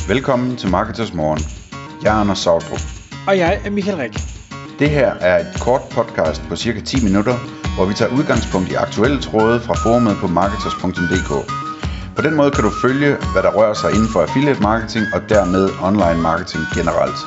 Velkommen til Marketers Morgen. Jeg er Anders Sautrup. Og jeg er Michael Rik. Det her er et kort podcast på cirka 10 minutter, hvor vi tager udgangspunkt i aktuelle tråde fra forumet på marketers.dk. På den måde kan du følge, hvad der rører sig inden for affiliate marketing og dermed online marketing generelt.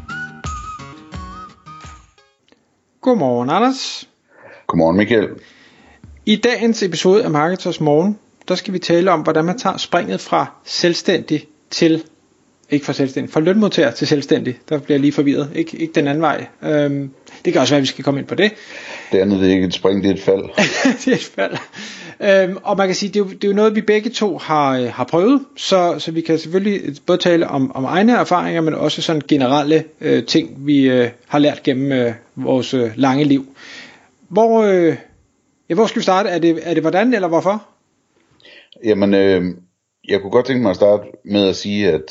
Godmorgen, Anders. Godmorgen, Michael. I dagens episode af Marketers Morgen, der skal vi tale om, hvordan man tager springet fra selvstændig til, ikke fra selvstændig, fra lønmodtager til selvstændig. Der bliver jeg lige forvirret, ikke den anden vej. Det kan også være, at vi skal komme ind på det. Det andet det er ikke et spring, det er et fald. Det er et fald. Og man kan sige, det er jo noget, vi begge to har prøvet, så vi kan selvfølgelig både tale om egne erfaringer, men også sådan generelle ting, vi har lært gennem vores lange liv. Hvor skal vi starte? Er det hvordan eller hvorfor? Jamen, jeg kunne godt tænke mig at starte med at sige, at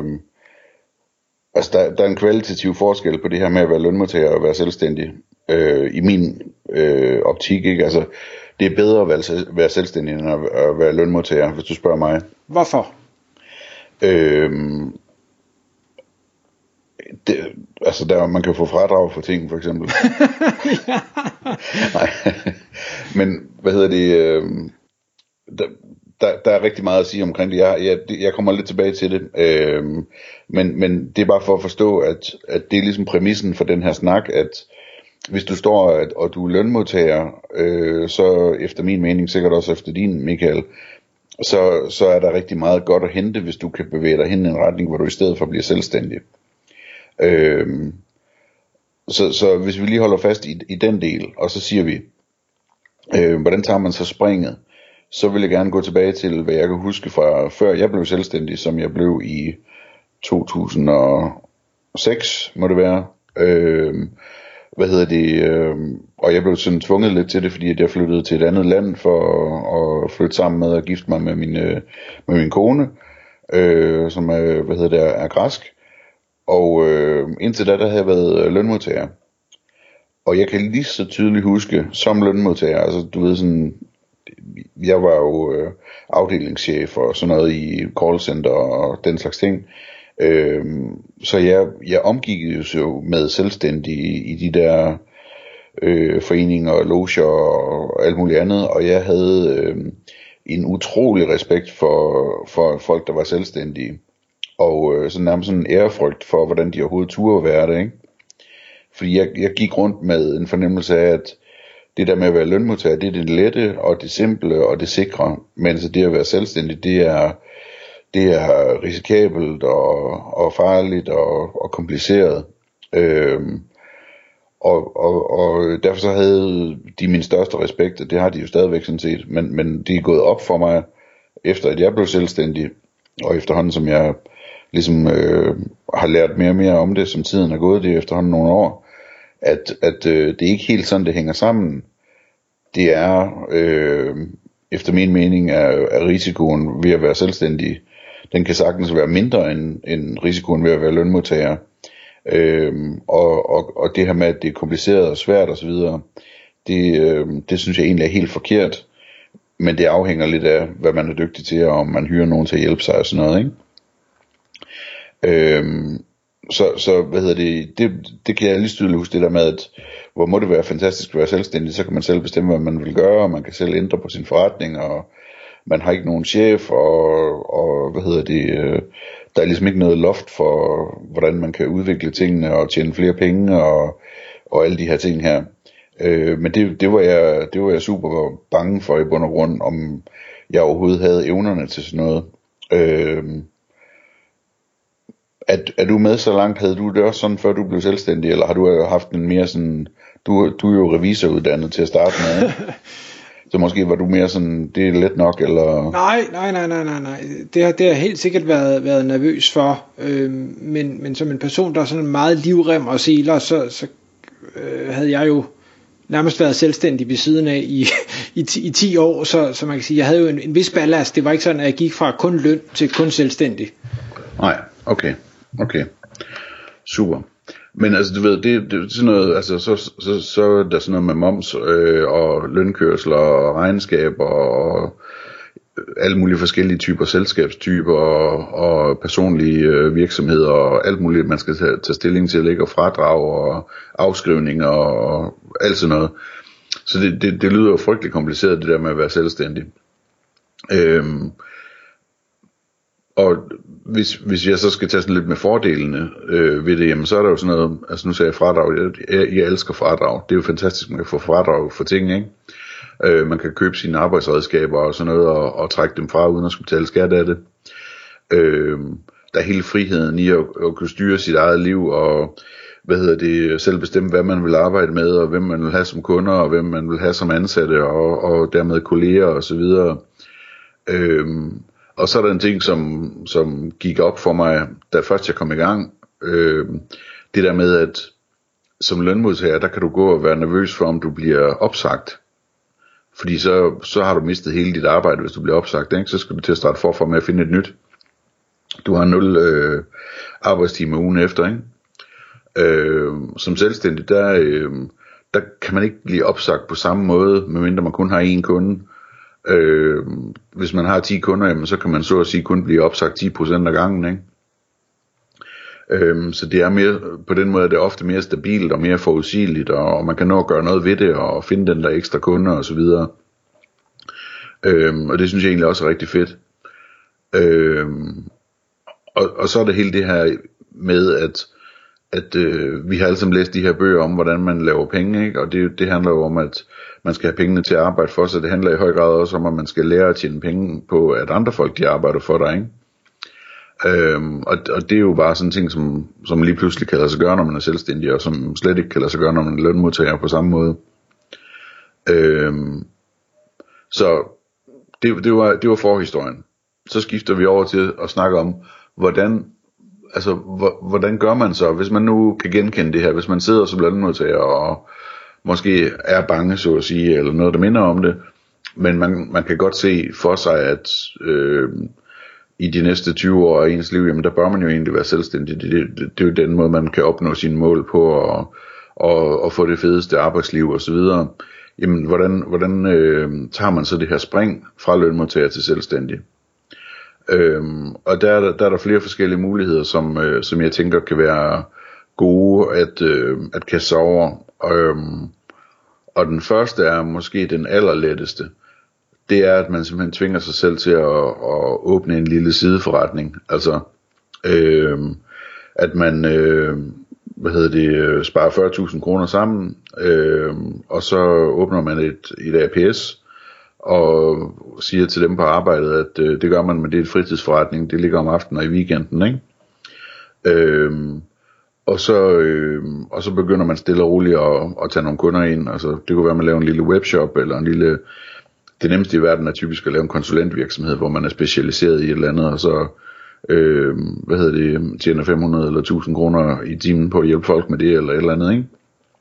der er en kvalitativ forskel på det her med at være lønmodtager og være selvstændig. I min optik, ikke? Altså, det er bedre at være selvstændig end at være lønmodtager, hvis du spørger mig. Hvorfor? Man kan få fradrag for ting, for eksempel. Nej. Men, der er rigtig meget at sige omkring det. Jeg kommer lidt tilbage til det. Men det er bare for at forstå, at det er ligesom præmissen for den her snak, at hvis du står og du er lønmodtager, så efter min mening, sikkert også efter din, Michael, så er der rigtig meget godt at hente, hvis du kan bevæge dig hen i en retning, hvor du i stedet for bliver selvstændig. Så hvis vi lige holder fast i den del, og så siger vi, hvordan tager man så springet, så vil jeg gerne gå tilbage til, hvad jeg kan huske fra før jeg blev selvstændig, som jeg blev i 2006, må det være. Og jeg blev sådan tvunget lidt til det, fordi jeg flyttede til et andet land for at flytte sammen med og gifte mig med min kone, som er græsk. Og indtil da havde jeg været lønmodtager. Og jeg kan lige så tydeligt huske, som lønmodtager, altså du ved sådan, jeg var jo afdelingschef og sådan noget i callcenter og den slags ting. Så jeg omgik jo med selvstændige i de der foreninger og loger og alt muligt andet. Og jeg havde en utrolig respekt for folk, der var selvstændige. Og sådan nærmest sådan en ærefrygt for, hvordan de overhovedet turde være det, ikke? Fordi jeg gik rundt med en fornemmelse af, at det der med at være lønmodtager, det er det lette og det simple og det sikre, mens det at være selvstændig, det er risikabelt og farligt og kompliceret. Og derfor så havde de min største respekt, og det har de jo stadigvæk sådan set, men det er gået op for mig, efter at jeg blev selvstændig, og efterhånden som jeg ligesom har lært mere og mere om det, som tiden er gået, det er efterhånden nogle år, at det er ikke helt sådan, det hænger sammen. Det er, efter min mening, er risikoen ved at være selvstændig, den kan sagtens være mindre end risikoen ved at være lønmodtager. Og det her med, at det er kompliceret og svært osv., det synes jeg egentlig er helt forkert. Men det afhænger lidt af, hvad man er dygtig til, og om man hyrer nogen til at hjælpe sig og sådan noget, ikke? Det kan jeg lige tydeligt huske, det der med, at hvor må det være fantastisk at være selvstændig, så kan man selv bestemme, hvad man vil gøre, og man kan selv ændre på sin forretning, og man har ikke nogen chef, og der er ligesom ikke noget loft for, hvordan man kan udvikle tingene og tjene flere penge, og alle de her ting her. Men det var jeg super bange for i bund og grund, om jeg overhovedet havde evnerne til sådan noget. Er du med så langt? Havde du det også sådan, før du blev selvstændig, eller har du haft en mere sådan, du er jo revisoruddannet til at starte med, så måske var du mere sådan, det er let nok, eller? Nej. Det har jeg helt sikkert været nervøs for, men som en person, der er sådan meget livrem og seler, så havde jeg jo nærmest været selvstændig ved siden af i 10 år, så man kan sige, jeg havde jo en vis ballast. Det var ikke sådan, at jeg gik fra kun løn til kun selvstændig. Nej, okay. Super. Men altså du ved, det er sådan noget, altså så er der sådan noget med moms og lønkørsler og regnskaber og alle mulige forskellige typer selskabstyper og personlige virksomheder og alt muligt, man skal tage stilling til, ikke? Og fradrag og afskrivning og alt sådan noget. Så det lyder jo frygtelig kompliceret, det der med at være selvstændig. Og hvis jeg så skal tage sådan lidt med fordelene ved det, jamen så er der jo sådan noget, altså nu sagde jeg fradrag, jeg elsker fradrag, det er jo fantastisk, man kan få fradrag for ting, ikke? Man kan købe sine arbejdsredskaber og sådan noget, og trække dem fra, uden at skulle betale skat af det. Der er hele friheden i at kunne styre sit eget liv, og selv bestemme, hvad man vil arbejde med, og hvem man vil have som kunder, og hvem man vil have som ansatte, og dermed kolleger og så videre. Og så er der en ting, som gik op for mig, da først jeg kom i gang. Det der med, at som lønmodtager, der kan du gå og være nervøs for, om du bliver opsagt. Fordi så har du mistet hele dit arbejde, hvis du bliver opsagt, ikke? Så skal du til at starte forfra med at finde et nyt. Du har 0 arbejdstimer ugen efter, ikke? Som selvstændig, der kan man ikke blive opsagt på samme måde, medmindre man kun har én kunde. Hvis man har 10 kunder, jamen, så kan man så at sige kun blive opsagt 10% af gangen, ikke? Så det er mere, på den måde er det ofte mere stabilt og mere forudsigeligt, og man kan nå at gøre noget ved det, og finde den der ekstra kunder og så videre. Og det synes jeg egentlig også er rigtig fedt. Og så er det hele det her med, at vi har alle sammen læst de her bøger om, hvordan man laver penge, ikke? Og det handler jo om, at man skal have pengene til at arbejde for sig. Det handler i høj grad også om, at man skal lære at tjene penge på, at andre folk de arbejder for dig, ikke? Og det er jo bare sådan en ting, som lige pludselig kan lade sig gøre, når man er selvstændig, og som slet ikke kan lade sig gøre, når man er lønmodtager på samme måde. Så det var forhistorien. Så skifter vi over til at snakke om, hvordan gør man så, hvis man nu kan genkende det her, hvis man sidder som lønmodtager og måske er bange, så at sige, eller noget, der minder om det, men man kan godt se for sig, at i de næste 20 år af ens liv, jamen der bør man jo egentlig være selvstændig. Det er jo den måde, man kan opnå sine mål på, og få det fedeste arbejdsliv og så videre. Jamen, hvordan tager man så det her spring fra lønmodtager til selvstændig? Og der er der flere forskellige muligheder, som jeg tænker kan være gode at kaste sig over. Og den første er måske den allerletteste. Det er, at man simpelthen tvinger sig selv til at åbne en lille sideforretning. Altså, at man sparer 40.000 kroner sammen, og så åbner man et APS, og siger til dem på arbejdet, at det gør man, men det er et fritidsforretning, det ligger om aftenen og i weekenden, ikke? Og så begynder man stille og roligt at tage nogle kunder ind. Altså, det kunne være, at man laver en lille webshop, eller en lille... Det nemmeste i verden er typisk at lave en konsulentvirksomhed, hvor man er specialiseret i et eller andet, og så tjener 500 eller 1000 kroner i timen på at hjælpe folk med det, eller et eller andet, ikke?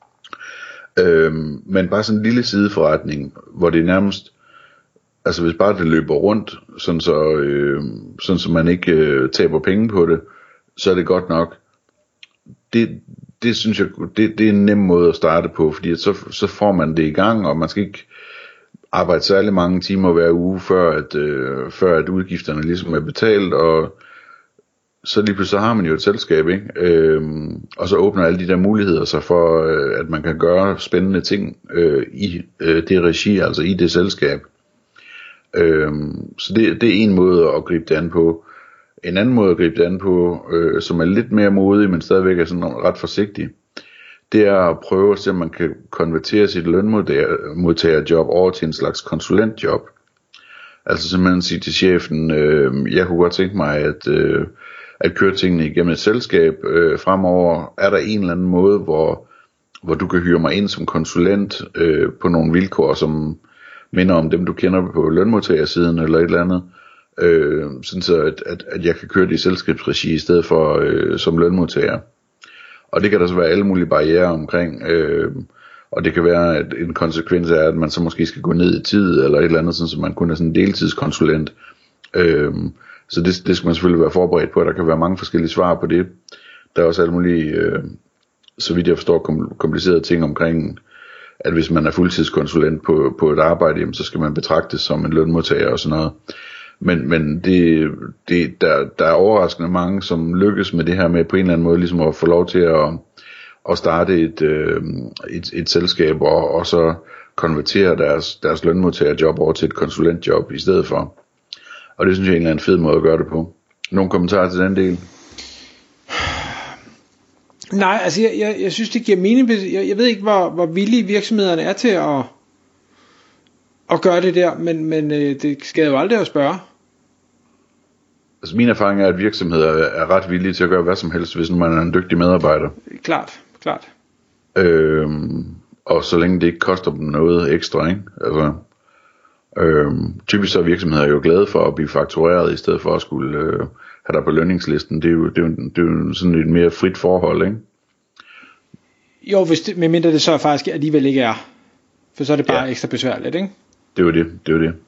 Men bare sådan en lille sideforretning, hvor det nærmest, altså hvis bare det løber rundt, sådan så man ikke taber penge på det, så er det godt nok. Det synes jeg, det er en nem måde at starte på, fordi så får man det i gang, og man skal ikke arbejde særlig mange timer hver uge, før at udgifterne ligesom er betalt, og så lige pludselig har man jo et selskab, ikke? Og så åbner alle de der muligheder sig for, at man kan gøre spændende ting i det regi, altså i det selskab. Så det er en måde at gribe det an på. En anden måde at gribe det an på, som er lidt mere modig, men stadigvæk er sådan ret forsigtig, det er at prøve at se, om man kan konvertere sit lønmodtagerjob over til en slags konsulentjob. Altså simpelthen sige til chefen, jeg kunne godt tænke mig at køre tingene igennem et selskab fremover. Er der en eller anden måde, hvor du kan hyre mig ind som konsulent på nogle vilkår, som minder om dem, du kender på lønmodtagersiden eller et eller andet, sådan så at jeg kan køre det i selskabsregi i stedet for som lønmodtager. Og det kan der så være alle mulige barrierer omkring, og det kan være, at en konsekvens er, at man så måske skal gå ned i tid, eller et eller andet, sådan, så man kun er sådan en deltidskonsulent. Så det skal man selvfølgelig være forberedt på, at der kan være mange forskellige svar på det. Der er også alle mulige, så vidt jeg forstår, komplicerede ting omkring, at hvis man er fuldtidskonsulent på et arbejde, jamen, så skal man betragtes som en lønmodtager og sådan noget. Men der er overraskende mange, som lykkes med det her med på en eller anden måde ligesom at få lov til at starte et selskab og så konvertere deres lønmodtagerjob over til et konsulentjob i stedet for. Og det synes jeg egentlig er en fed måde at gøre det på. Nogle kommentarer til den del? Nej, altså jeg synes det giver mening. Jeg ved ikke hvor villige virksomhederne er til at gøre det der, men det skal jo aldrig at spørge. Altså min erfaring er, at virksomheder er ret villige til at gøre hvad som helst, hvis man er en dygtig medarbejder. Klart. Og så længe det ikke koster dem noget ekstra, ikke? Altså, typisk så er virksomheder jo glade for at blive faktureret, i stedet for at skulle have der på lønningslisten. Det er jo sådan et mere frit forhold, ikke? Jo, medmindre det så faktisk alligevel ikke er. For så er det bare ekstra besværligt, ikke? Det er jo det.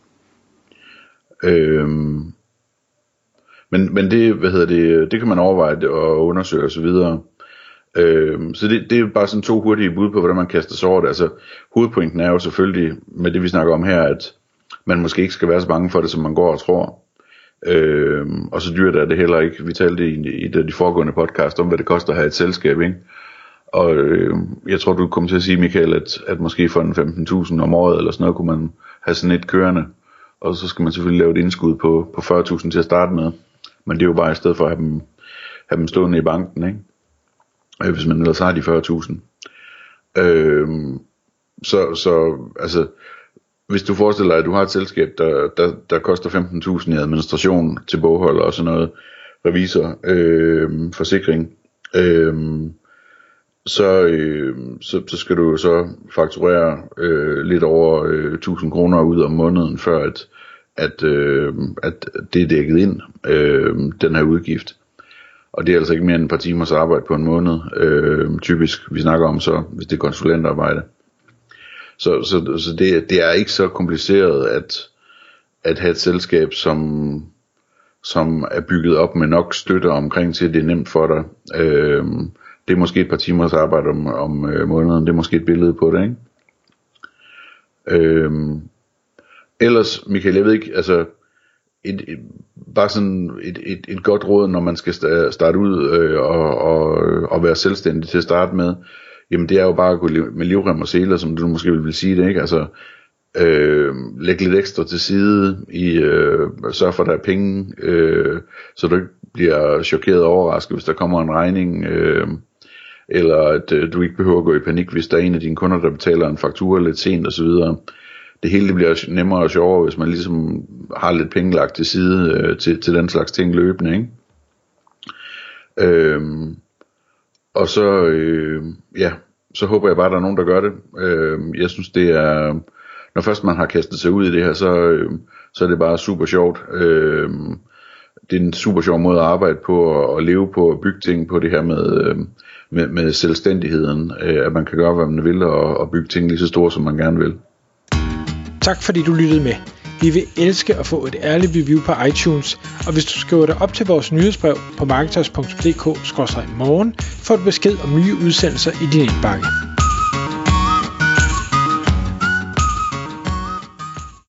Men det, det kan man overveje og undersøge og så videre. Så det er bare sådan 2 hurtige bud på, hvordan man kaster sig over det. Altså, hovedpointen er jo selvfølgelig, med det vi snakker om her, at man måske ikke skal være så bange for det, som man går og tror. Og så dyrt er det heller ikke. Vi talte i de foregående podcast om, hvad det koster at have et selskab, ikke? Og jeg tror, du kom til at sige, Michael, at måske for en 15.000 om året, eller sådan noget, kunne man have sådan et kørende. Og så skal man selvfølgelig lave et indskud på 40.000 til at starte med. Men det er jo bare i stedet for at have dem stående i banken, ikke? Hvis man ellers har de 40.000. Så altså, hvis du forestiller dig, at du har et selskab, der koster 15.000 i administration til bogholder og sådan noget, revisor, forsikring, så skal du så fakturere lidt over 1.000 kroner ud om måneden, før at det er dækket ind, den her udgift. Og det er altså ikke mere end et par timers arbejde på en måned, typisk vi snakker om så, hvis det er konsulentarbejde. Så det er ikke så kompliceret at have et selskab, som er bygget op med nok støtte omkring til, at det er nemt for dig. Det er måske et par timers arbejde om måneden, det er måske et billede på det, ikke? Ellers, Michael, jeg ved ikke, altså bare sådan et godt råd, når man skal starte ud og være selvstændig til at starte med, jamen det er jo bare at gå med livrem og seler, som du måske vil sige det, ikke? Altså læg lidt ekstra til side, sørg for at der er penge, så du ikke bliver chokeret og overrasket, hvis der kommer en regning, eller at du ikke behøver at gå i panik, hvis der er en af dine kunder, der betaler en faktura lidt sent og så videre. Det hele det bliver nemmere og sjovere, hvis man ligesom har lidt penge lagt til side til den slags ting løbende, ikke? Og så så håber jeg bare, at der er nogen, der gør det. Jeg synes det er, når først man har kastet sig ud i det her, så er det bare super sjovt. Det er en super sjov måde at arbejde på og leve på og bygge ting på, det her med selvstændigheden, at man kan gøre hvad man vil og bygge ting lige så store som man gerne vil. Tak fordi du lyttede med. Vi vil elske at få et ærligt review på iTunes, og hvis du skriver dig op til vores nyhedsbrev på marketers.dk/morgen, får du besked om nye udsendelser i din indbakke.